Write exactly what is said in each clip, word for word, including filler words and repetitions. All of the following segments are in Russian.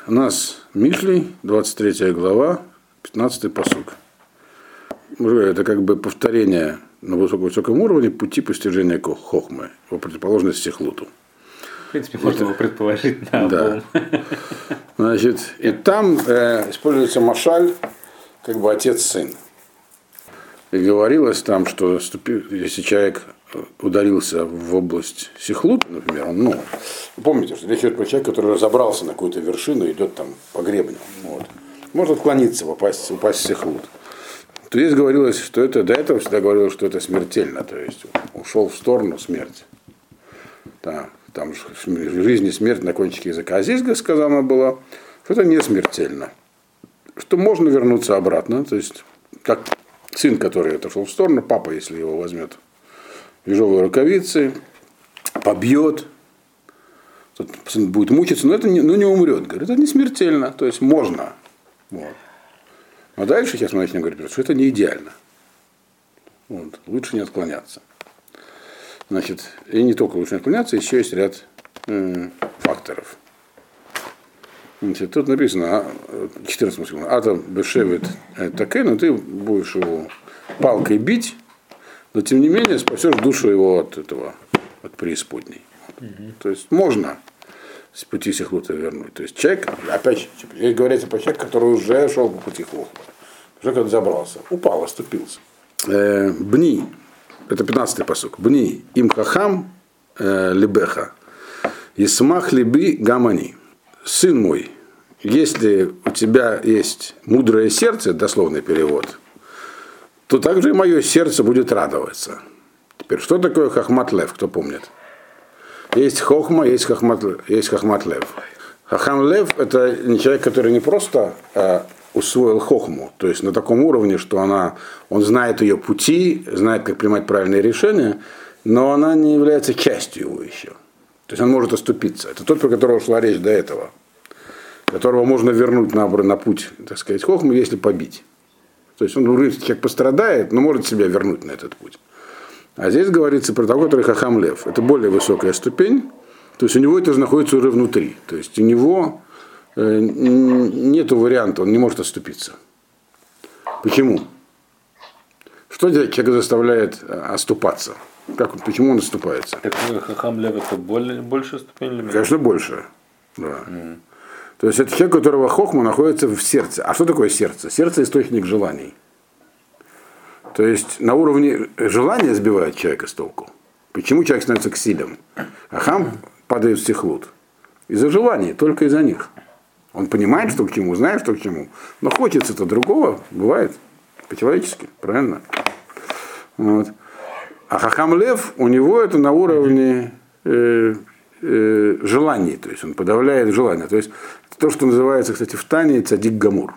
У нас Мишлей, двадцать третья глава, пятнадцатый пасук. Это как бы повторение на высоком уровне пути постижения хохмы, его противоположность сихлуту. В принципе, можно его предположить на обум. Да. Значит, и там э, используется машаль, как бы отец-сын. И говорилось там, что если человек ударился в область сихлут, например, он, ну, помните, что речь идет про человека, который разобрался на какую-то вершину и идет там по гребню. Вот. Может отклониться, попасть, упасть в сихлут. То здесь говорилось, что это, до этого всегда говорилось, что это смертельно, то есть ушел в сторону смерти. Да, там жизнь и смерть на кончике языка. А здесь сказано было, что это не смертельно. Что можно вернуться обратно, то есть как сын, который отошел в сторону, папа, если его возьмет в ежовые рукавицы, побьет, сын будет мучиться, но это не, ну, не умрет. Говорит, это не смертельно, то есть можно. Вот. А дальше сейчас мы начнем говорить, что это не идеально. Вот. Лучше не отклоняться. Значит, и не только лучше не отклоняться, еще есть ряд э, факторов. Значит, тут написано, четырнадцатый смысл, Атом бешевит таке, но ты будешь его палкой бить, но тем не менее спасешь душу его от этого, от преисподней. Mm-hmm. То есть можно с пути сихлута вернуть. То есть человек, опять же, говорится про человека, который уже шел по пути хохмы, уже когда забрался, упал, оступился. Э, бни, это пятнадцатый пасук. Бни, им хахам э, либеха, исмах либи гамани. Сын мой, если у тебя есть мудрое сердце, дословный перевод, то также и мое сердце будет радоваться. Теперь, что такое хахмат лев, кто помнит? Есть хохма, есть хахмат, есть хахмат лев. Хахам лев – это человек, который не просто э, усвоил хохму, то есть на таком уровне, что она, он знает ее пути, знает, как принимать правильные решения, но она не является частью его еще. То есть он может оступиться. Это тот, про которого шла речь до этого, которого можно вернуть на, на путь, так сказать, хохмы, если побить. То есть он, человек пострадает, но может себя вернуть на этот путь. А здесь говорится про того, который хахам лев. Это более высокая ступень. То есть у него это находится уже внутри. То есть у него э, нет варианта, он не может оступиться. Почему? Что человека заставляет оступаться? Как, почему он оступается? Так хахам лев это более, больше ступень или меньше? Конечно, больше. Да. Mm. То есть это человек, у которого хохма находится в сердце. А что такое сердце? Сердце – источник желаний. То есть на уровне желания сбивает человека с толку. Почему человек становится ксилем? А хам падает в сихлут. Из-за желаний, только из-за них. Он понимает, что к чему, знает, что к чему. Но хочется-то другого, бывает по-человечески, правильно? Вот. А хахам лев, у него это на уровне э, э, желаний. То есть он подавляет желания. То есть то, что называется, кстати, в Тане цадик гамур.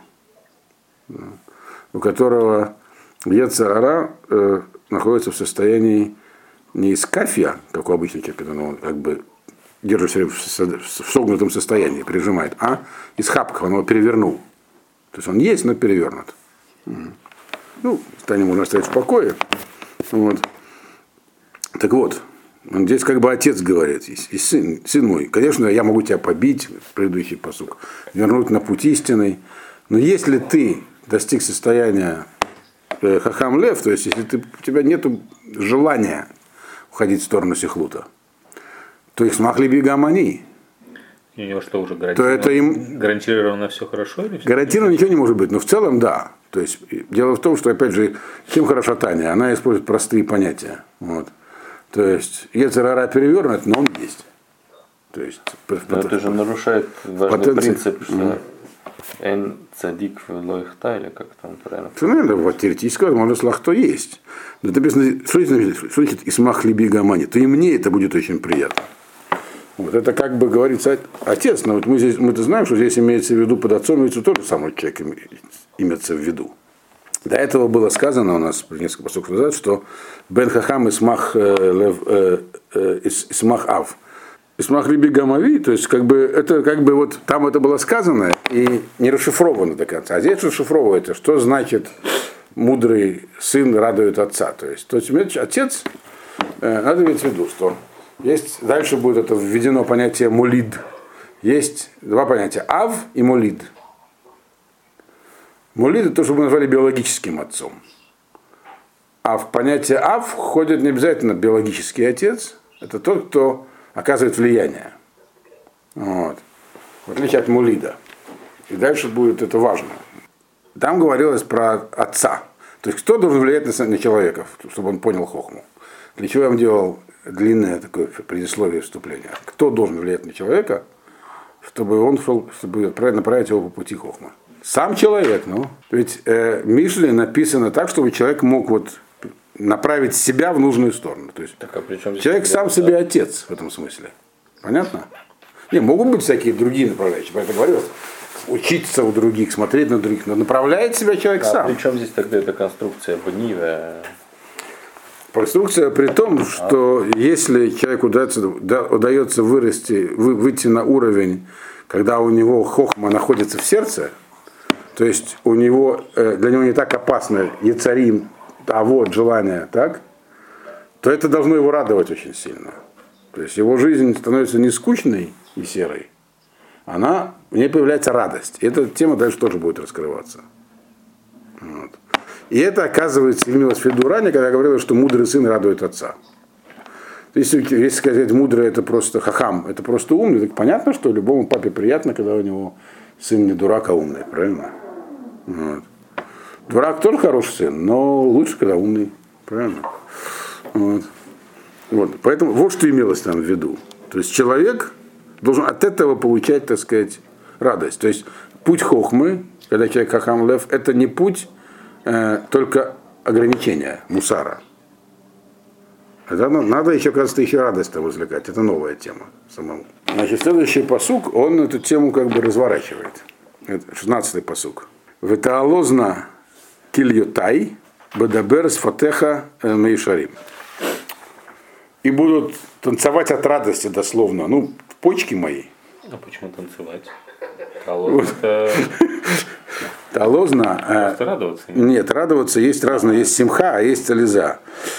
У которого Йецер ара э, находится в состоянии не из кафья, как у обычного человека, когда он как бы держит все время в согнутом состоянии, прижимает, а из хапка, он его перевернул. То есть он есть, но перевернут. Ну, в Тане можно оставить в покое. Вот. Так вот, он здесь как бы отец говорит, и сын, сын мой, конечно, я могу тебя побить, предыдущий пасук, вернуть на путь истинный, но если ты достиг состояния хахам лев, то есть если ты, у тебя нет желания уходить в сторону сихлута, то их смахли бигамани. У него что, уже гарантированно, то это им... гарантированно все хорошо? Или все гарантированно ничего не может быть, но в целом да. То есть дело в том, что опять же, чем хороша Таня, она использует простые понятия. Вот. То есть Йецер ара перевернут, но он есть. То есть, но это по... же нарушает важный потенци... принцип, что mm-hmm. Эн цадик лойхта, или как там правильно? Все наверное, вот теоретически возможно слахто есть. Но это написано, что значит исмах либи гамани, то и мне это будет очень приятно. Вот это как бы говорится отец, но вот мы здесь мы-то знаем, что здесь имеется в виду под отцом, имеется тот же самый человек имеется в виду. До этого было сказано у нас несколько посоков назад, что бен хахам исмах лев исмах ав. Исмах либи гамави, то есть как бы это как бы вот там это было сказано и не расшифровано до конца. А здесь расшифровывается, что значит мудрый сын радует отца. То есть, то есть отец, надо иметь в виду, что есть, дальше будет это введено понятие мулид. есть два понятия: ав и молид. Молид — это то, что мы назвали биологическим отцом. А в понятие ав входит не обязательно биологический отец, это тот, кто оказывает влияние. Вот. В отличие от мулида. И дальше будет это важно. Там говорилось про отца. То есть кто должен влиять на, на человека, чтобы он понял хохму. Для чего я вам делал длинное такое предисловие вступления. Кто должен влиять на человека, чтобы он шел, чтобы направить его по пути хохмы. Сам человек, ну. Ведь э, Мишле написано так, чтобы человек мог вот направить себя в нужную сторону. То есть так, а при чем человек сам себе отец в этом смысле. Понятно? Не, могут быть всякие другие направляющие. Я это говорил. Учиться у других, смотреть на других. Но направляет себя человек а сам. При чем здесь тогда эта конструкция бнива? Конструкция при том, что а. если человеку удается, удается вырасти, вы, выйти на уровень, когда у него хохма находится в сердце, то есть у него, для него не так опасно яцарим, а вот желание, так, то это должно его радовать очень сильно. То есть его жизнь становится не скучной и серой, она, в ней появляется радость. И эта тема дальше тоже будет раскрываться. Вот. И это, оказывается, имелось в виду ранее, когда я говорил, что мудрый сын радует отца. Если, если сказать, мудрый — это просто хахам, это просто умный, так понятно, что любому папе приятно, когда у него сын не дурак, а умный, правильно? Вот. Дурак тоже хороший сын, но лучше, когда умный, правильно? Вот. Вот. Поэтому вот что имелось там в виду. То есть человек должен от этого получать, так сказать, радость. То есть путь хохмы, когда человек хахам лев, это не путь э, только ограничения, мусара. Это надо еще, кажется, еще радость там извлекать. Это новая тема самому. Значит, следующий пасук, он эту тему как бы разворачивает. Это шестнадцатый пасук. Ветаалозна кильотай бадабер с фатеха мейшарим. И будут танцевать от радости дословно. Ну, почки мои. А почему танцевать? Талозна. Талозна. Просто радоваться. Нет, радоваться есть разные. Есть симха, а есть ализа.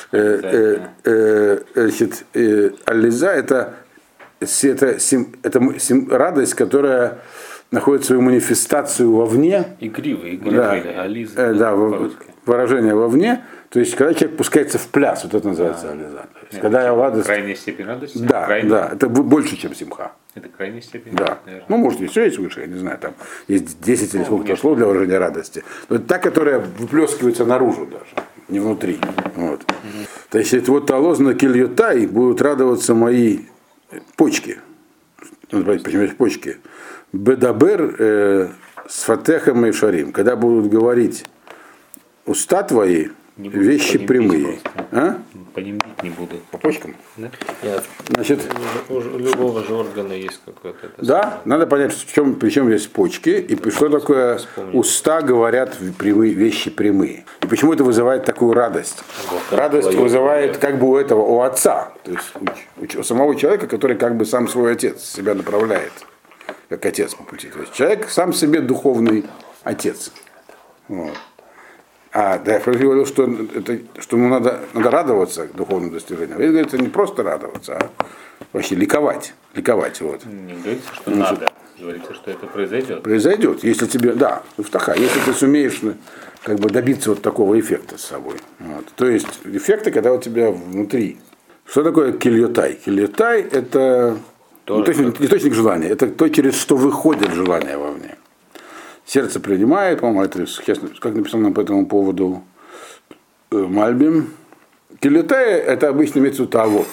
Значит, ализа — это, это, это радость, которая находит свою манифестацию вовне. Игривый, игривый. Да, ализа. Да, выражение вовне. То есть, когда человек пускается в пляс, вот это называется а, ализа. Нет, когда я радость... Крайняя степень радости? Да, крайняя? да, это больше, чем симха. Это крайняя степень? Да. Наверное. Ну, может, еще есть выше, я не знаю, там есть десять или сколько-то слов для выражения радости. Но это та, которая выплескивается наружу даже, не внутри. Вот. Угу. То есть, это вот талозна кильотай будут радоваться мои почки. Почему почки? Бедабер э, с фатехом и шарим. Когда будут говорить уста твои, не вещи прямые. А? По ним бить не будут. По почкам? Да? Нет. Значит, у любого же органа есть какой-то. Да, самое. Надо понять, в чем, причем есть почки, и да, что такое вспомнить. Уста говорят прямые, вещи прямые. И почему это вызывает такую радость? Вот, радость вызывает да. как бы у этого, у отца. То есть у, у самого человека, который как бы сам свой отец себя направляет, как отец по пути. То есть человек сам себе духовный отец. Вот. А, да, я говорил, что, это, что ему надо, надо радоваться духовным достижениям. Я говорю, это не просто радоваться, а вообще ликовать. Ликовать вот. Не говорится, что Значит, надо. Говорится, что это произойдет. Произойдет, если тебе, да, втаха, если ты сумеешь как бы добиться вот такого эффекта с собой. Вот. То есть эффекты, когда у тебя внутри. Что такое кильотай? Кильотай — это источник, источник желания. Это то, через что выходит желание вовне. Сердце принимает, по-моему, это, как написано по этому поводу Мальбим. Килютай — это обычно имеется в виду тавод.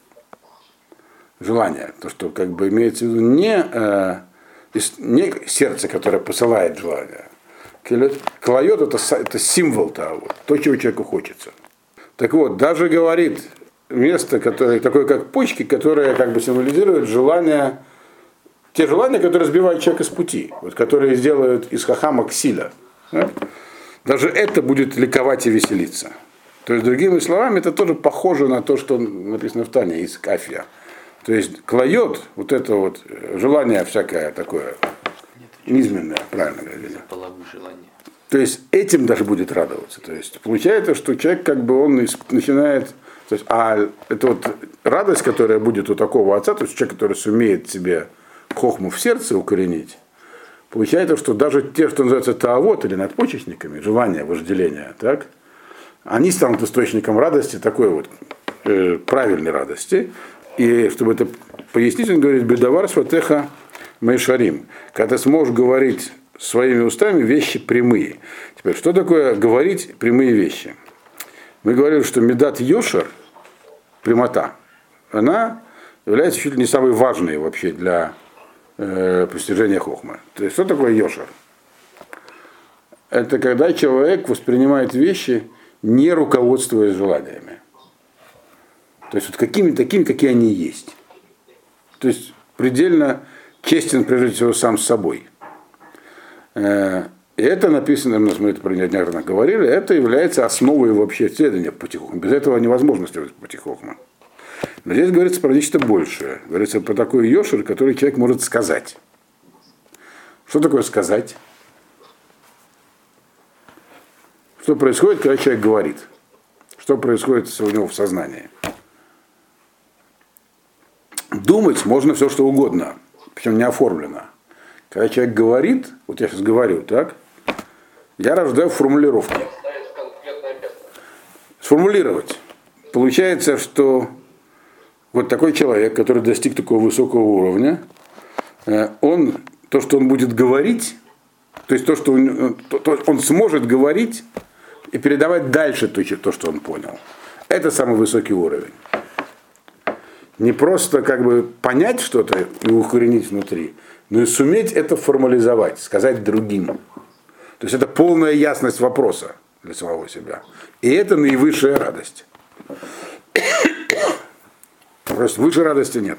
Желание. То, что как бы имеется в виду не, э, не сердце, которое посылает желание. Клайот — это, это символ того, то, чего человеку хочется. Так вот, даже говорит место, которое, такое как почки, которое как бы символизирует желание. Те желания, которые сбивают человека с пути, вот, которые сделают из хахама ксиля. Да? Даже это будет ликовать и веселиться. То есть, другими словами, это тоже похоже на то, что написано в Тане из Кафия. То есть, клайот, вот это вот желание всякое такое, низменное, правильно говорили. Половые желания. То есть, этим даже будет радоваться. То есть, получается, что человек как бы он начинает... То есть, а это вот радость, которая будет у такого отца, то есть, человек, который сумеет себе хохму в сердце укоренить, получается, что даже те, что называются таавот или надпочечниками, желания, вожделения, так, они станут источником радости, такой вот э, правильной радости. И чтобы это пояснить, он говорит, бедавар сватеха мейшарим. Когда ты сможешь говорить своими устами вещи прямые. Теперь, что такое говорить прямые вещи? Мы говорили, что медат йошер, прямота, она является чуть ли не самой важной вообще для э, постижения хохмы. То есть, что такое йошер? Это когда человек воспринимает вещи, не руководствуясь желаниями. То есть вот какими такими, какие они есть. То есть предельно честен, прежде всего, сам с собой. И это написано, мы это про неоднократно говорили, это является основой вообще исследования пути хохмы. Без этого невозможно исследовать пути хохмы. Но здесь говорится про нечто большее. Говорится про такой йошер, который человек может сказать. Что такое сказать? Что происходит, когда человек говорит? Что происходит у него в сознании? Думать можно все, что угодно, причем не оформлено. Когда человек говорит, вот я сейчас говорю, так, я рождаю формулировки. Сформулировать. Получается, что вот такой человек, который достиг такого высокого уровня, он, то, что он будет говорить, то есть то, что он, то, он сможет говорить, и передавать дальше то, то, что он понял. Это самый высокий уровень. Не просто как бы понять что-то и укоренить внутри, но и суметь это формализовать, сказать другим. То есть это полная ясность вопроса для самого себя. И это наивысшая радость. Просто выше радости нет.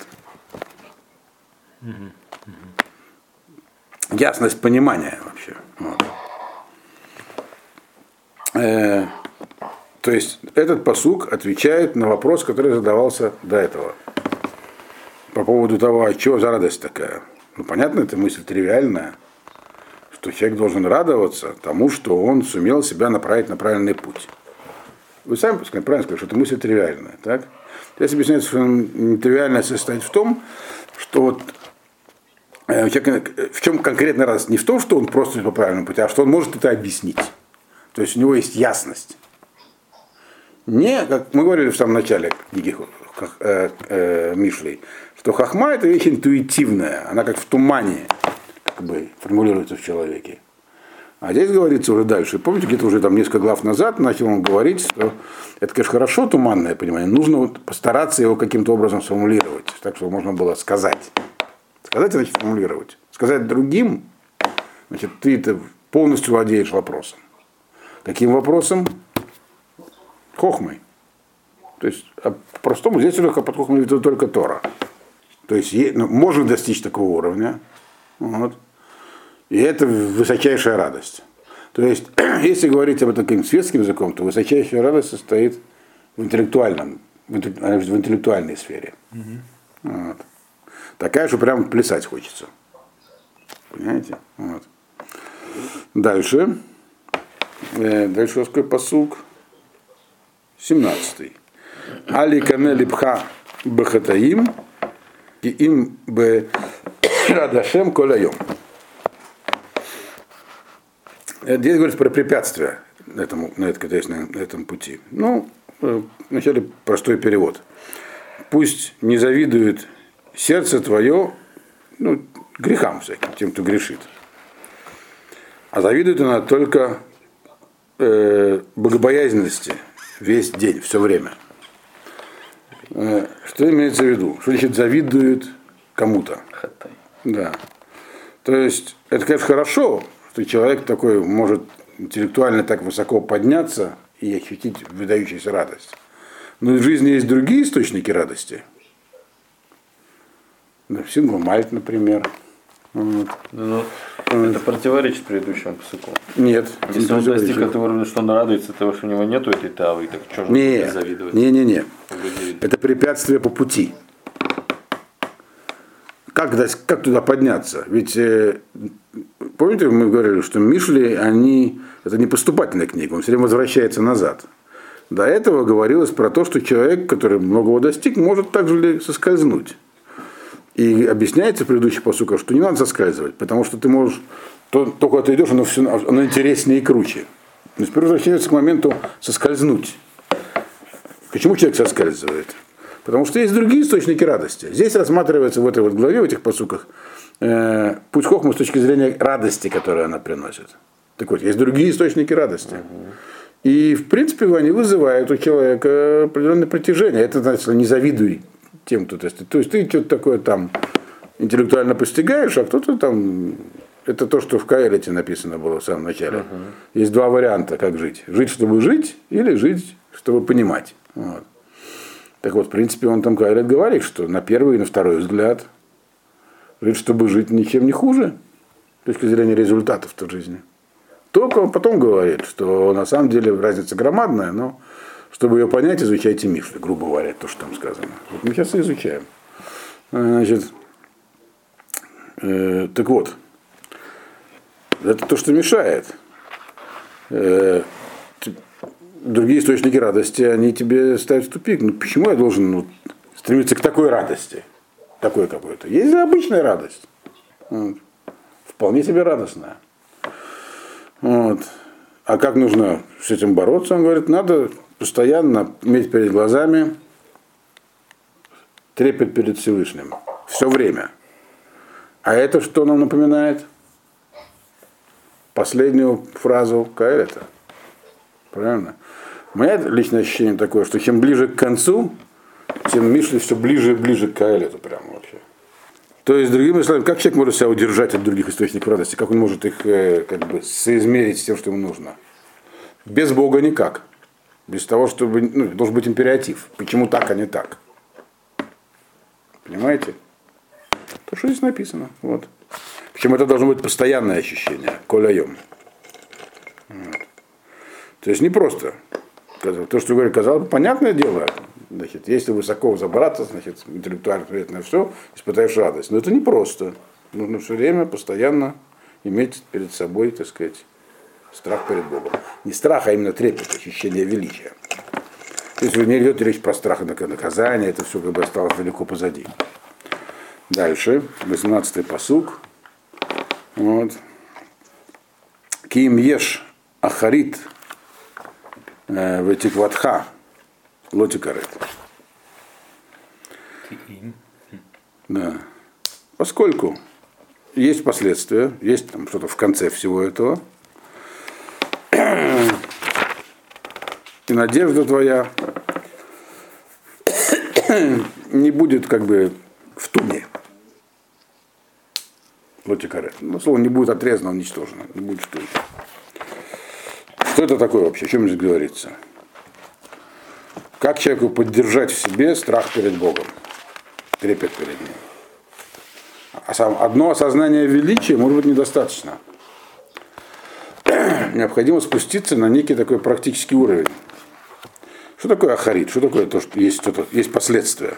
Ясность понимания вообще. Вот. То есть этот пасук отвечает на вопрос, который задавался до этого. По поводу того, а что за радость такая? Ну, понятно, это мысль тривиальная, что человек должен радоваться тому, что он сумел себя направить на правильный путь. Вы сами правильно сказали, что это мысль тривиальная. Так? Здесь объясняется, что нетривиальность состоит в том, что вот в чем конкретная радость? Не в том, что он просто по правильному пути, а что он может это объяснить. То есть у него есть ясность. Не, как мы говорили в самом начале книги э, э, Мишлей, что хохма это вещь интуитивная, она как в тумане как бы формулируется в человеке. А здесь говорится уже дальше. Помните, где-то уже там несколько глав назад начал он говорить, что это, конечно, хорошо туманное понимание, нужно вот постараться его каким-то образом сформулировать, так, чтобы можно было сказать. Сказать, значит, формулировать. Сказать другим, значит, ты это полностью владеешь вопросом. Каким вопросом? Хохмой. То есть, а по-простому, здесь уже под хохмой это только Тора. То есть, ну, можно достичь такого уровня. Вот. И это высочайшая радость. То есть, если говорить об этом каким светским языком, то высочайшая радость состоит в интеллектуальном, в интеллектуальной сфере. Mm-hmm. Вот. Такая, что прям плясать хочется. Понимаете? Вот. Дальше. Дальше какой пасук? семнадцатый. Али кане липха бахатаим и им б радашем коляем. Здесь говорится про препятствия на этом, на этом, на этом пути. Ну, вначале простой перевод. Пусть не завидует сердце твое, ну, грехам всяким, тем, кто грешит. А завидует она только э, богобоязненности весь день, все время. Э, что имеется в виду? Что значит завидует кому-то? Да. То есть, это, конечно, хорошо, что человек такой может интеллектуально так высоко подняться и ощутить выдающуюся радость. Но в жизни есть другие источники радости. Да, сингумальт, например. Вот. Ну, это противоречит предыдущему псаку. Нет. Если он достиг этого уровня, что он радуется того, что у него нету этой тавы, так что же не завидовать? Не, не, не. Это препятствие по пути. Как, как туда подняться? Ведь помните, мы говорили, что Мишли, они, это не поступательная книга, он все время возвращается назад. До этого говорилось про то, что человек, который многого достиг, может также соскользнуть. И объясняется в предыдущих посуках, что не надо соскальзывать, потому что ты можешь, то, только ты идешь, оно, все, оно интереснее и круче. То есть возвращается к моменту соскользнуть. Почему человек соскальзывает? Потому что есть другие источники радости. Здесь рассматривается в этой вот главе, в этих посуках, э, путь хохмы с точки зрения радости, которую она приносит. Так вот, есть другие источники радости. И, в принципе, они вызывают у человека определенное притяжение. Это, значит, не завидуй тем, кто то есть. То есть ты что-то такое там интеллектуально постигаешь, а кто-то там... Это то, что в Каэлите написано было в самом начале. Uh-huh. Есть два варианта, как жить. Жить, чтобы жить, или жить, чтобы понимать. Вот. Так вот, в принципе, он там Каэлит говорит, что на первый и на второй взгляд жить, чтобы жить, ничем не хуже с точки зрения результатов в жизни. Только он потом говорит, что на самом деле разница громадная, но чтобы ее понять, изучайте Мишлю, грубо говоря, то, что там сказано. Вот мы сейчас и изучаем. Значит, э, так вот. Это то, что мешает. Э, другие источники радости, они тебе ставят в тупик. Ну, почему я должен ну, стремиться к такой радости? Такой какой-то. Есть же обычная радость. Вот. Вполне себе радостная. Вот. А как нужно с этим бороться? Он говорит, надо постоянно иметь перед глазами трепет перед Всевышним. Все время. А это что нам напоминает? Последнюю фразу Каэлита. Правильно? У меня личное ощущение такое, что чем ближе к концу, тем Мишли все ближе и ближе к Каэлиту прямо вообще. То есть, другими словами, как человек может себя удержать от других источников радости? Как он может их как бы соизмерить с тем, что ему нужно? Без Бога никак. Без того, чтобы... Ну, должен быть императив. Почему так, а не так? Понимаете? То, что здесь написано. Вот. Причем это должно быть постоянное ощущение, коляем. Вот. То есть не просто. То, что говорю, казалось бы, понятное дело, значит, если высоко забраться, значит, интеллектуально ответить на все, испытаешь радость. Но это не просто. Нужно все время постоянно иметь перед собой, так сказать, страх перед Богом. Не страх, а именно трепет, ощущение величия. То есть не идет речь про страх и наказание, это все как бы осталось далеко позади. Дальше, восемнадцатый пасук. Вот. Ким еш ахарит в тикватха лотикарет. Да. Поскольку есть последствия, есть там что-то в конце всего этого, и надежда твоя не будет как бы в туне. Лотикарет. Ну, слово не будет отрезано, уничтожено. Не будет что это. Что это такое вообще? О чем здесь говорится? Как человеку поддержать в себе страх перед Богом? Трепет перед ним. А сам, одно осознание величия может быть недостаточно. Необходимо спуститься на некий такой практический уровень. Что такое ахарит? Что такое то, что есть, что-то, есть последствия?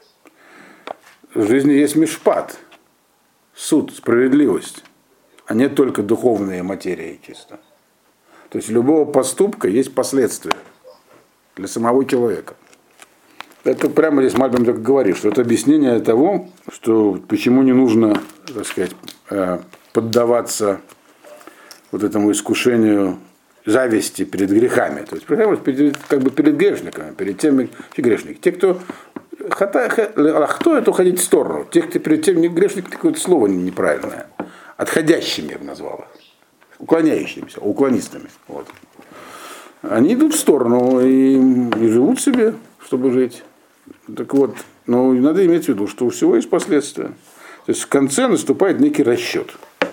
В жизни есть мишпат. Суд, справедливость, а не только духовные материи чисто. То есть у любого поступка есть последствия для самого человека. Это прямо здесь Мальбим так говорит, что это объяснение того, что почему не нужно, так сказать, поддаваться вот этому искушению зависти перед грехами. То есть перед, как бы перед грешниками, перед теми грешниками. Те, кто А кто это уходить в сторону? Тех, кто перед тем не грешник, какое-то слово неправильное. Отходящими я бы назвал их. Уклоняющимися, уклонистами. Вот. Они идут в сторону и, и живут себе, чтобы жить. Так вот, но надо иметь в виду, что у всего есть последствия. То есть в конце наступает некий расчет.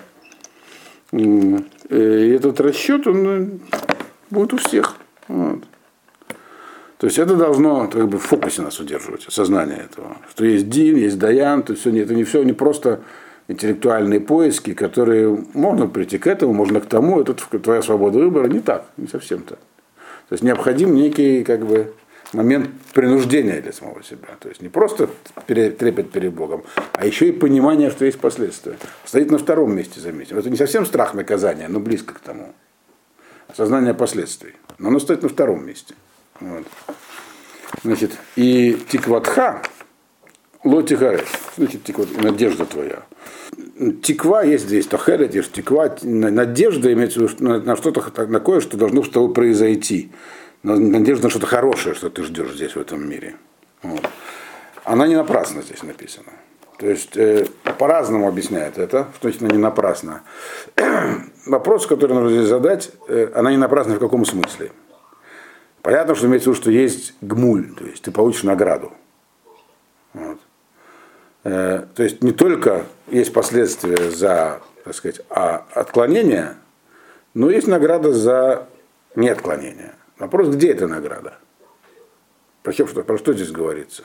И этот расчет, он будет у всех. Вот. То есть это должно как бы, в фокусе нас удерживать, осознание этого. Что есть Дин, есть Даян, то есть это не все не просто интеллектуальные поиски, которые можно прийти к этому, можно к тому, это твоя свобода выбора, не так, не совсем так. То есть необходим некий как бы, момент принуждения для самого себя. То есть не просто трепет перед Богом, а еще и понимание, что есть последствия. Стоит на втором месте, заметим. Это не совсем страх наказания, но близко к тому. Осознание последствий. Но оно стоит на втором месте. Вот. Значит, и тикватха, Лотихарес, значит, тиква, надежда твоя. Тиква есть здесь, тахерет, есть тиква, надежда имеется в виду на, на что-то такое, что должно с тобой произойти. Надежда на что-то хорошее, что ты ждешь здесь, в этом мире. Вот. Она не напрасно здесь написана. То есть э, по-разному объясняет это, что значит не напрасно. Вопрос, который нужно здесь задать, э, она не напрасна в каком смысле? Понятно, что имеется в виду, что есть гмуль, то есть ты получишь награду. Вот. Э, то есть не только есть последствия за, так сказать, отклонение, но есть награда за неотклонение. Вопрос, где эта награда? Про что, про что здесь говорится?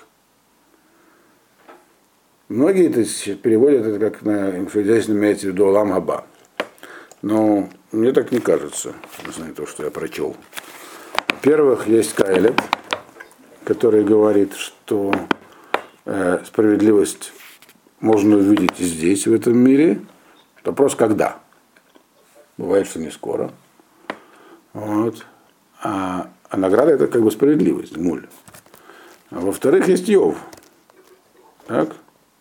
Многие это переводят это как на, что здесь имеется в виду Олам Хаба. Но мне так не кажется, на то, что я прочел. Во-первых, есть Каэлет, который говорит, что э, справедливость можно увидеть и здесь, в этом мире. Вопрос, когда? Бывает, что не скоро. Вот. А, а награда это как бы справедливость, гмуль. А во-вторых, есть Йов. Так?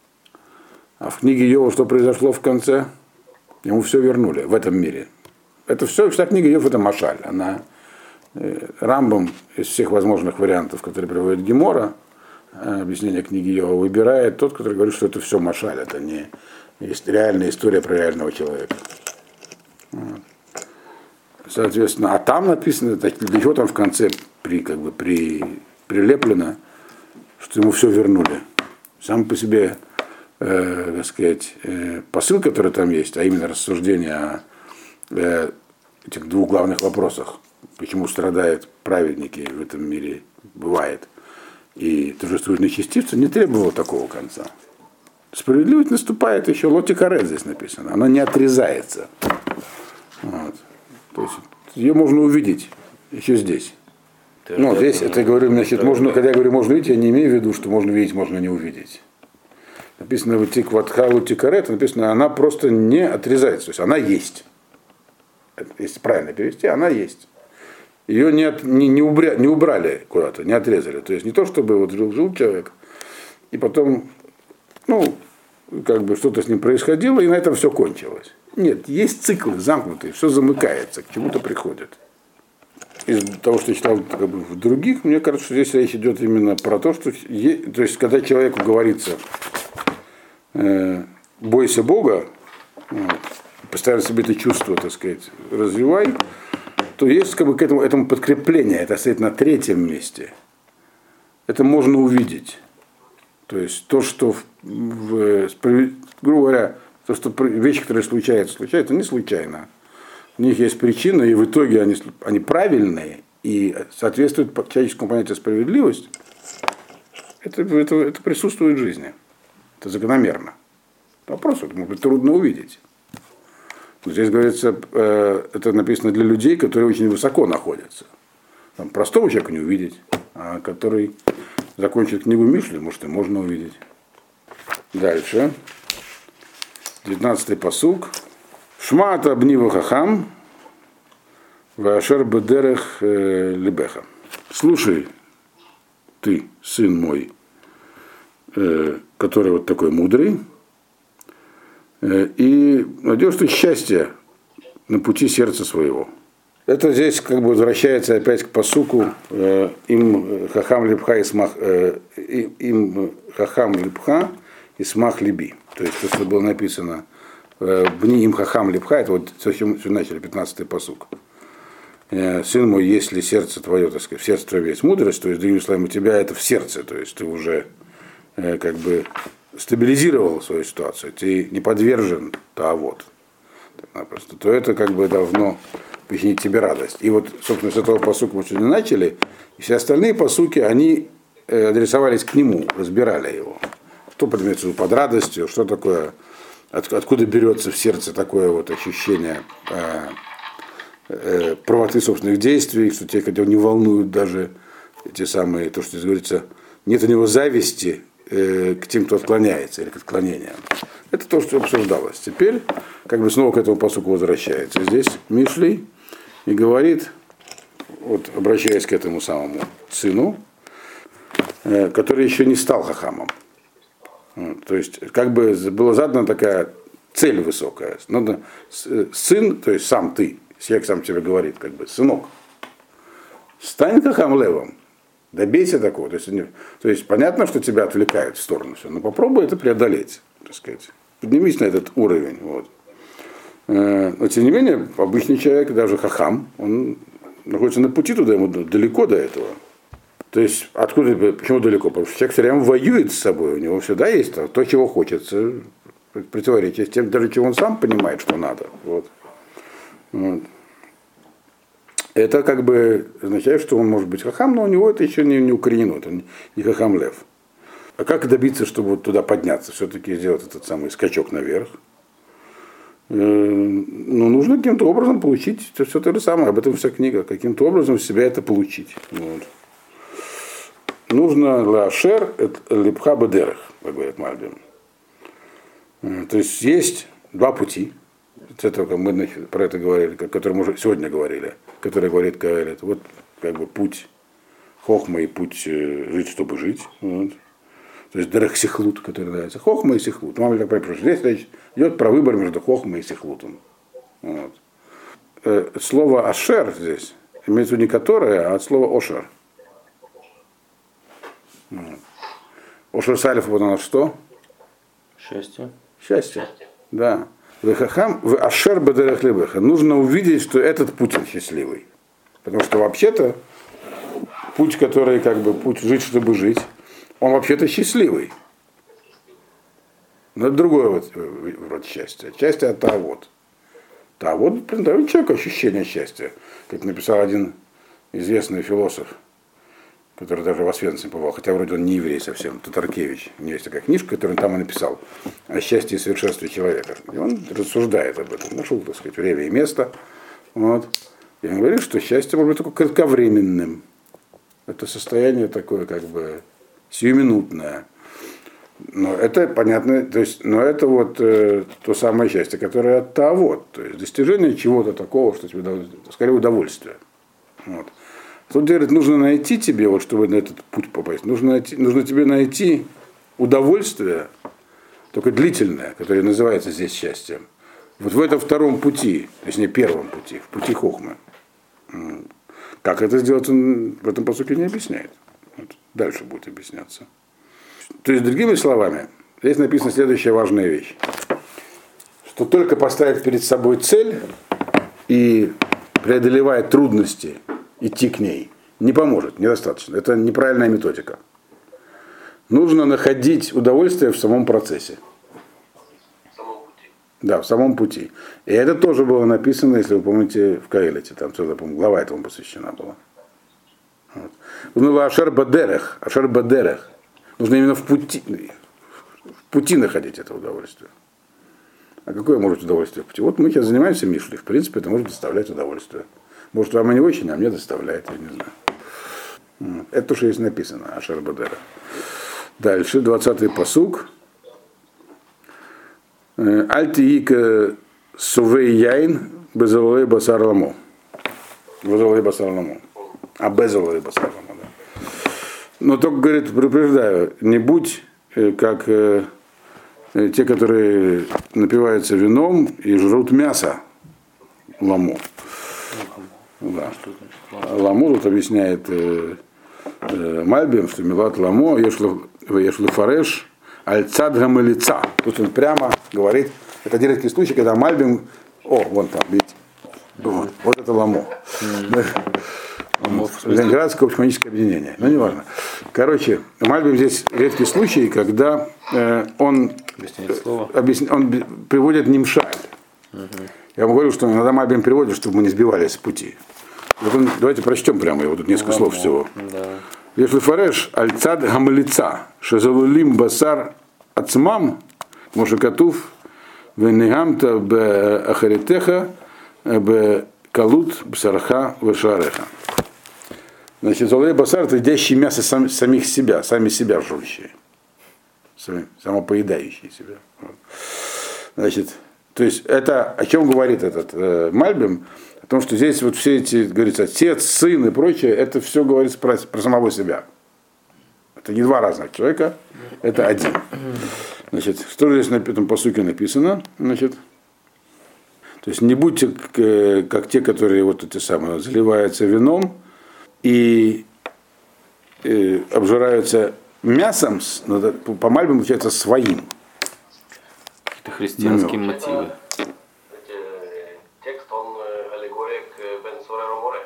А в книге Йова что произошло в конце? Ему все вернули в этом мире. Это все, вся книга Йов это машаль. Она э, Рамбам из всех возможных вариантов, которые приводит Гемора, э, объяснение книги Йова, выбирает тот, который говорит, что это все машаль, это не есть реальная история про реального человека. Вот. Соответственно, а там написано, для чего там в конце при, как бы, при, прилеплено, что ему все вернули. Сам по себе Э, так сказать, э, посыл, который там есть, а именно рассуждение о э, этих двух главных вопросах, почему страдают праведники в этом мире, бывает, и торжествуют нечестивцы, не требовало такого конца. Справедливость наступает еще, лотикарет здесь написано, она не отрезается. Вот. То есть ее можно увидеть еще здесь. Ты ну, здесь это я говорю, значит, можно, когда я говорю можно увидеть, я не имею в виду, что можно видеть, можно не увидеть. Написано в Тикватхалу Тикарет, написано, она просто не отрезается, то есть она есть. Если правильно перевести, она есть. Ее не, от, не, не, убря, не убрали куда-то, не отрезали. То есть не то, чтобы вот жил, жил человек, и потом, ну, как бы что-то с ним происходило, и на этом все кончилось. Нет, есть циклы замкнутые, все замыкается, к чему-то приходит. Из того, что я читал как бы, в других, мне кажется, что здесь речь идет именно про то, что, есть, то есть, когда человеку говорится, э, бойся Бога, вот, постоянно себе это чувство, так сказать, развивай, то есть как бы к этому, этому подкрепление, это стоит на третьем месте. Это можно увидеть. То есть то, что, в, в, грубо говоря, то, что вещи, которые случаются, случаются не случайно. У них есть причина, и в итоге они, они правильные и соответствуют человеческому понятию справедливость. Это, это, это присутствует в жизни. Это закономерно. Вопрос, это может быть трудно увидеть. Но здесь говорится, э, это написано для людей, которые очень высоко находятся. Там простого человека не увидеть, а который закончит книгу Мишли, может, и можно увидеть. Дальше. девятнадцатый пасук. Шмаата бнива хахам, вашер бедерех лебеха. Слушай, ты, сын мой, э, который вот такой мудрый, э, и найдешь ты счастье на пути сердца своего. Это здесь как бы возвращается опять к пасуку э, им хахам липха и смах э, им хахам липха и смах либи. То есть то, что было написано бни им хахам липха, это вот все, все начали, пятнадцатый пасук. Сын мой, если сердце твое, так сказать, в сердце твое есть мудрость, то есть, другими словами, у тебя это в сердце, то есть ты уже как бы стабилизировал свою ситуацию, ты не подвержен таавот, напросто, то это как бы должно причинить тебе радость. И вот, собственно, с этого пасука мы сегодня начали, и все остальные пасуки, они адресовались к нему, разбирали его. Что подразумевается под радостью, что такое, от, откуда берется в сердце такое вот ощущение э, э, правоты собственных действий, что те, хотя не волнуют даже эти самые, то, что здесь говорится, нет у него зависти э, к тем, кто отклоняется, или к отклонениям. Это то, что обсуждалось. Теперь, как бы снова к этому пасуку возвращается. Здесь Мишлей и говорит, вот обращаясь к этому самому сыну, э, который еще не стал хахамом. Вот, то есть, как бы была задана такая цель высокая. Надо, сын, то есть сам ты, человек сам тебе говорит, как бы, сынок, стань хахам левом, добейся такого. То есть, то есть понятно, что тебя отвлекают в сторону все, но попробуй это преодолеть, так сказать. Поднимись на этот уровень. Вот. Но тем не менее, обычный человек, даже хахам, он находится на пути туда, ему далеко до этого. То есть, откуда, почему далеко? Потому что человек все время воюет с собой, у него всегда есть то, то чего хочется, противоречие с тем, даже чего он сам понимает, что надо. Вот. Вот. Это как бы означает, что он может быть хахам, но у него это еще не, не укоренено, это не хахам лев. А как добиться, чтобы вот туда подняться, все-таки сделать этот самый скачок наверх? Ну, нужно каким-то образом получить все, все то же самое, об этом вся книга, каким-то образом в себя это получить. Вот. Нужно лашер липха бедерах, как говорит Мальбим. То есть есть два пути, это мы про это говорили, которые мы уже сегодня говорили, которые говорит Каэлит. Вот как бы путь хохма и путь жить, чтобы жить. Вот. То есть дерех сихлут, который называется хохма и сихлут. Мама так пропишет. Здесь речь идет про выбор между хохмой и сихлутом. Вот. Э, слово ашер здесь имеется в виду не которое, а от слова ошер. Вот. Ошер салиф, вот оно что? Счастье. Счастье. Да. Вехахам, в ашер бадерех лебеха. Нужно увидеть, что этот путь счастливый. Потому что вообще-то путь, который как бы путь жить, чтобы жить, он вообще-то счастливый. Но это другое вот, вроде счастья. Счастье от того вот. Да, вот дает человеку ощущение счастья. Как написал один известный философ, который даже в Освенциме побывал, хотя вроде он не еврей совсем, Татаркевич. У него есть такая книжка, которую он там и написал о счастье и совершенстве человека. И он рассуждает об этом. Нашел, так сказать, время и место. Вот. И он говорит, что счастье может быть только кратковременным. Это состояние такое, как бы, сиюминутное. Но это понятно, то есть, но это вот э, то самое счастье, которое от того, то есть достижение чего-то такого, что тебе дает, скорее, удовольствие. Вот. Тут говорит, нужно найти тебе, вот, чтобы на этот путь попасть, нужно, найти, нужно тебе найти удовольствие, только длительное, которое называется здесь счастьем. Вот в этом втором пути, точнее первом пути, в пути хохмы. Как это сделать, он в этом, по сути, не объясняет. Вот. Dальше будет объясняться. То есть, другими словами, здесь написана следующая важная вещь. Что только поставив перед собой цель и преодолевая трудности, идти к ней, не поможет, недостаточно. Это неправильная методика. Нужно находить удовольствие в самом процессе. В самом пути. Да, в самом пути. И это тоже было написано, если вы помните, в Каэлите, там целая, по-моему, глава этому посвящена была. Вот. Нужно ашер бадерех, ашер бадерех. Нужно именно в пути, в пути находить это удовольствие. А какое может удовольствие в пути? Вот мы сейчас занимаемся Мишлей. В принципе, это может доставлять удовольствие. Может, вам и не очень, а мне доставляет, я не знаю. Это то, что здесь написано, ашер бадерех. Дальше, двадцатый пасук. Альтиика сувей яин безалой басар ламо. Безалой басар ламо. А безалой басар ламо. Но только, говорит, предупреждаю, не будь э, как э, э, те, которые напиваются вином и жрут мясо ламу. Да. Ламу тут объясняет э, э, Мальбим, что милат ламо, ешлу фареш, альцад гамалица. Тут он прямо говорит, это один редкий случай, когда Мальбим, о, вон там, видите, вот, вот это ламо. Ленинградское общеманическое объединение. Но не важно. Короче, Мальбим здесь редкий случай, когда э, он, объясня, он приводит нимшаль. Угу. Я вам говорю, что иногда Мальбим приводит, чтобы мы не сбивались с пути. Вот он, давайте прочтем прямо его, тут несколько слов всего. Если фареш альцад гамалица, шезалулим басар ацмам, мошекатув, венегамта б ахаритеха, б калут бсарха вешареха. Значит, золой басар — это едящие мясо сам, самих себя, сами себя жрущие, сами, самопоедающие себя. Вот. Значит, то есть это о чем говорит этот э, Мальбим? О том, что здесь вот все эти, говорится, отец, сын и прочее, это все говорится про, про самого себя. Это не два разных человека, это один. Значит, что же здесь на этом посуке написано? Значит, то есть не будьте как те, которые вот эти самые заливаются вином и, и обжираются мясом, по мальбам получается своим. Какие-то христианские мотивы. Текст, он аллегория к Бен Сореру Море.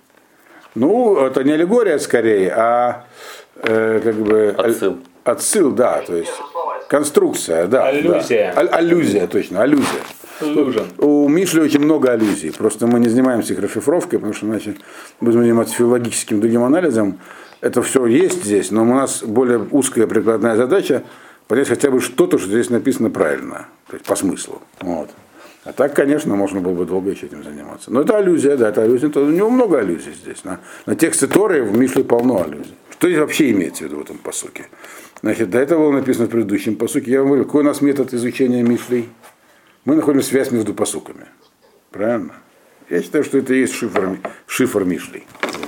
Ну, это не аллегория скорее, а э, как бы отсыл. Отсыл, да, то есть конструкция, да. Аллюзия. Да. Аль- аллюзия, точно, аллюзия. Illusion. У Мишли очень много аллюзий, просто мы не занимаемся их расшифровкой, потому что иначе будем заниматься филологическим другим анализом. Это все есть здесь, но у нас более узкая прикладная задача понять хотя бы что-то, что здесь написано правильно, то есть по смыслу. Вот. А так, конечно, можно было бы долго еще этим заниматься. Но это аллюзия, да, это аллюзия. У него много аллюзий здесь. На, на тексты Торы в Мишле полно аллюзий. Что здесь вообще имеется в виду в этом пасуке? Значит, до этого было написано в предыдущем пасуке. Я вам говорю, какой у нас метод изучения Мишлей? Мы находим связь между пасуками. Правильно? Я считаю, что это и есть шифр, шифр Мишлей.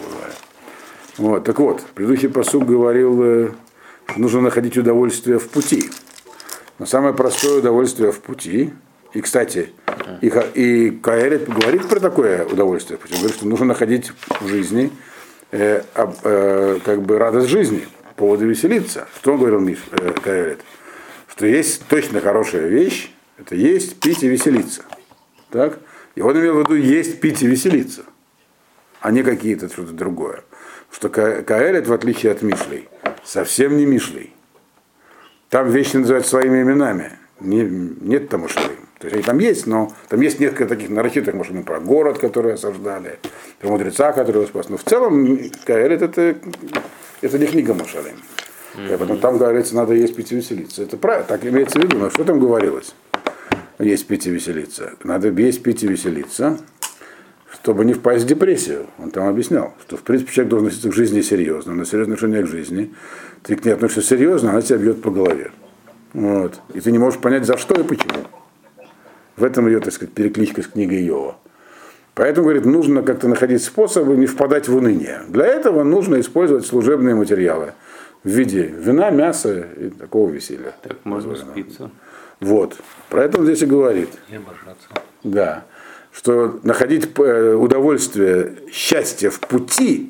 Вот, так вот, предыдущий пасук говорил, что нужно находить удовольствие в пути. Но самое простое удовольствие в пути. И, кстати, и, и Каэлит говорит про такое удовольствие. Он говорит, что нужно находить в жизни э, э, как бы радость жизни, поводы веселиться. Что он говорил, Миш, э, Каэлит? Что есть точно хорошая вещь, это есть, пить и веселиться. Так? И он имел в виду есть, пить и веселиться, а не какие-то что-то другое. Что Каэлит, в отличие от Мишлей, совсем не Мишлей. Там вещи называют своими именами. Не, нет там Мишлей. То есть они там есть, но там есть несколько таких нарочитых машин про город, который осаждали, про мудреца, который его спас. Но в целом Каэлит это, это не книга Машалим. Mm-hmm. Поэтому там говорится, надо есть, пить и веселиться. Это правильно, так имеется в виду, но что там говорилось? Есть, пить и веселиться. Надо есть, пить и веселиться, чтобы не впасть в депрессию. Он там объяснял, что в принципе человек должен относиться к жизни серьезно, на серьезное отношение к жизни. Ты к ней относишься серьезно, она тебя бьет по голове. Вот. И ты не можешь понять, за что и почему. В этом ее, так сказать, перекличка с книгой Иова. Поэтому, говорит, нужно как-то находить способы не впадать в уныние. Для этого нужно использовать служебные материалы в виде вина, мяса и такого веселья. Так можно спиться. Вот. Про это он здесь и говорит. И обожраться. Да. Что находить удовольствие, счастье в пути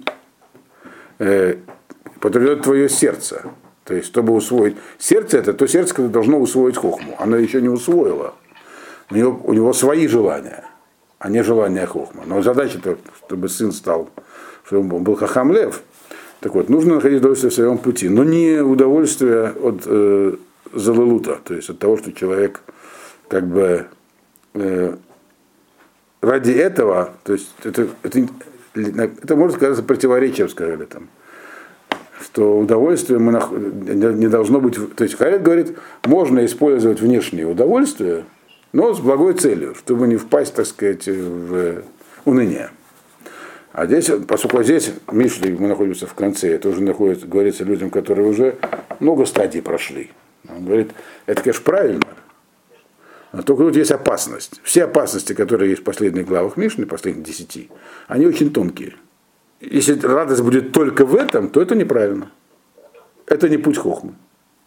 э, потребует твое сердце. То есть, чтобы усвоить. Сердце это то сердце, которое должно усвоить хохму. Оно еще не усвоило. У него, у него свои желания, а не желания хохма. Но задача-то, чтобы сын стал, чтобы он был хахам лев. Так вот, нужно находить удовольствие в своем пути, но не удовольствие от э, залылута, то есть от того, что человек как бы э, ради этого, то есть это, это, это может казаться противоречием, сказали там, что удовольствие мы нах... не должно быть, то есть Харет говорит, можно использовать внешние удовольствия, но с благой целью, чтобы не впасть, так сказать, в уныние. А здесь, поскольку здесь, Мишли, мы находимся в конце, это уже находится, говорится людям, которые уже много стадий прошли. Он говорит, это, конечно, правильно, но только тут есть опасность. Все опасности, которые есть в последних главах Мишли, последних десяти, они очень тонкие. Если радость будет только в этом, то это неправильно. Это не путь хохмы.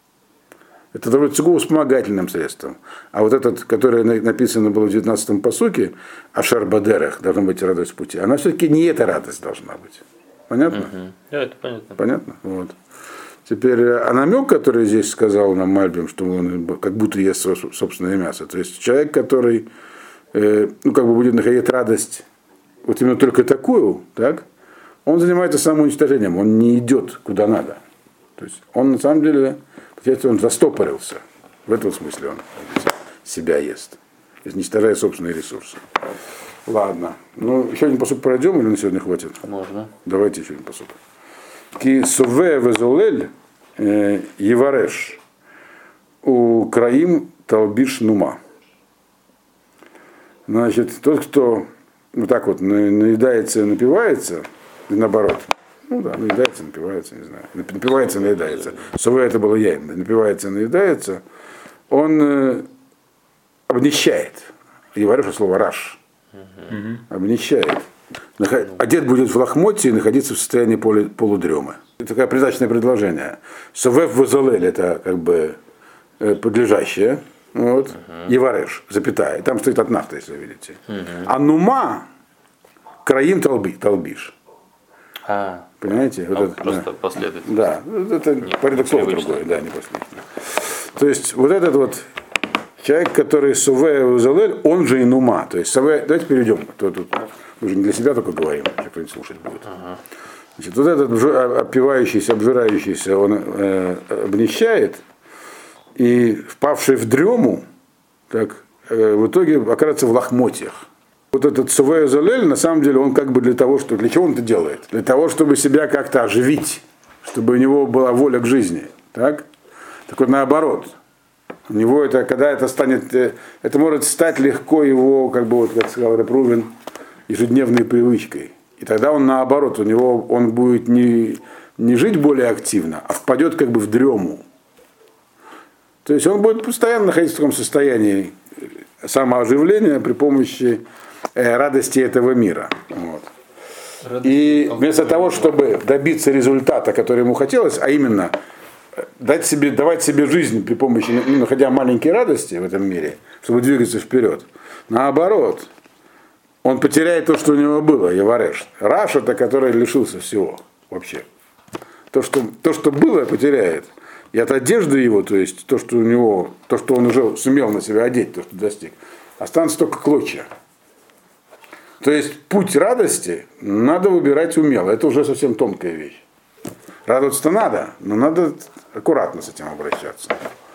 Это должно быть сугубо вспомогательным средством. А вот этот, который написано было в девятнадцатом пасуке, Ашар Бадерах, должна быть радость в пути, она все-таки не эта радость должна быть. Понятно? Угу. Да, это понятно. Понятно? Вот. Теперь, а намек, который здесь сказал нам Мальбим, что он как будто ест свое собственное мясо. То есть человек, который э, ну, как бы будет находить радость вот именно только такую, так, он занимается самоуничтожением, он не идет куда надо. То есть он на самом деле, он застопорился. В этом смысле он себя ест. То есть уничтожая собственные ресурсы. Ладно. Ну, еще один посуд пройдем или на сегодня хватит? Можно. Давайте еще один посуд. Ки сове везолель евареш у краим талбиш нума. Значит, тот, кто вот так вот наедается и напивается, и наоборот, ну да, наедается, напивается, не знаю, напивается, наедается. Сове это было яйн, напивается, наедается, он э, обнищает. Евареш слово раш. Угу. Обнищает. Одет будет в лохмотье и находиться в состоянии полудремы. Это такое придачное предложение. Совев вазалель это как бы подлежащее. Вот. Uh-huh. Евареш, запятая. Там стоит от нафта, если вы видите. Uh-huh. А нума краим толби, толбиш. А, понимаете? А, вот это, просто да. последовательно. Да, это не, порядок слов другой, да, не последовательно. То есть вот этот вот человек, который суве вазалель, он же и нума. То есть суве, давайте перейдем. То, тут, мы же не для себя только говорим, если кто-нибудь слушать будет. Uh-huh. Значит, вот этот опивающийся, обжирающийся, он э, обнищает, и впавший в дрему, так, э, в итоге окажется в лохмотьях. Вот этот Сувей Залель, на самом деле, он как бы для того, что, для чего он это делает? Для того, чтобы себя как-то оживить, чтобы у него была воля к жизни. Так, так вот наоборот. У него это, когда это станет, это может стать легко его, как бы, вот, как сказал Репрувин, ежедневной привычкой. И тогда он наоборот, у него он будет не, не жить более активно, а впадет как бы в дрему. То есть он будет постоянно находиться в таком состоянии самооживления при помощи э, радости этого мира. Вот. И вместо того, чтобы добиться результата, который ему хотелось, а именно дать себе, давать себе жизнь при помощи, ну, находя маленькие радости в этом мире, чтобы двигаться вперед, наоборот, он потеряет то, что у него было, Евареш. Раш это, который лишился всего вообще. То, что, то, что было, потеряет. И от одежды его, то есть то, что у него, то, что он уже сумел на себя одеть, то, что достиг, останутся только клочья. То есть путь радости надо выбирать умело. Это уже совсем тонкая вещь. Радоваться-то надо, но надо аккуратно с этим обращаться.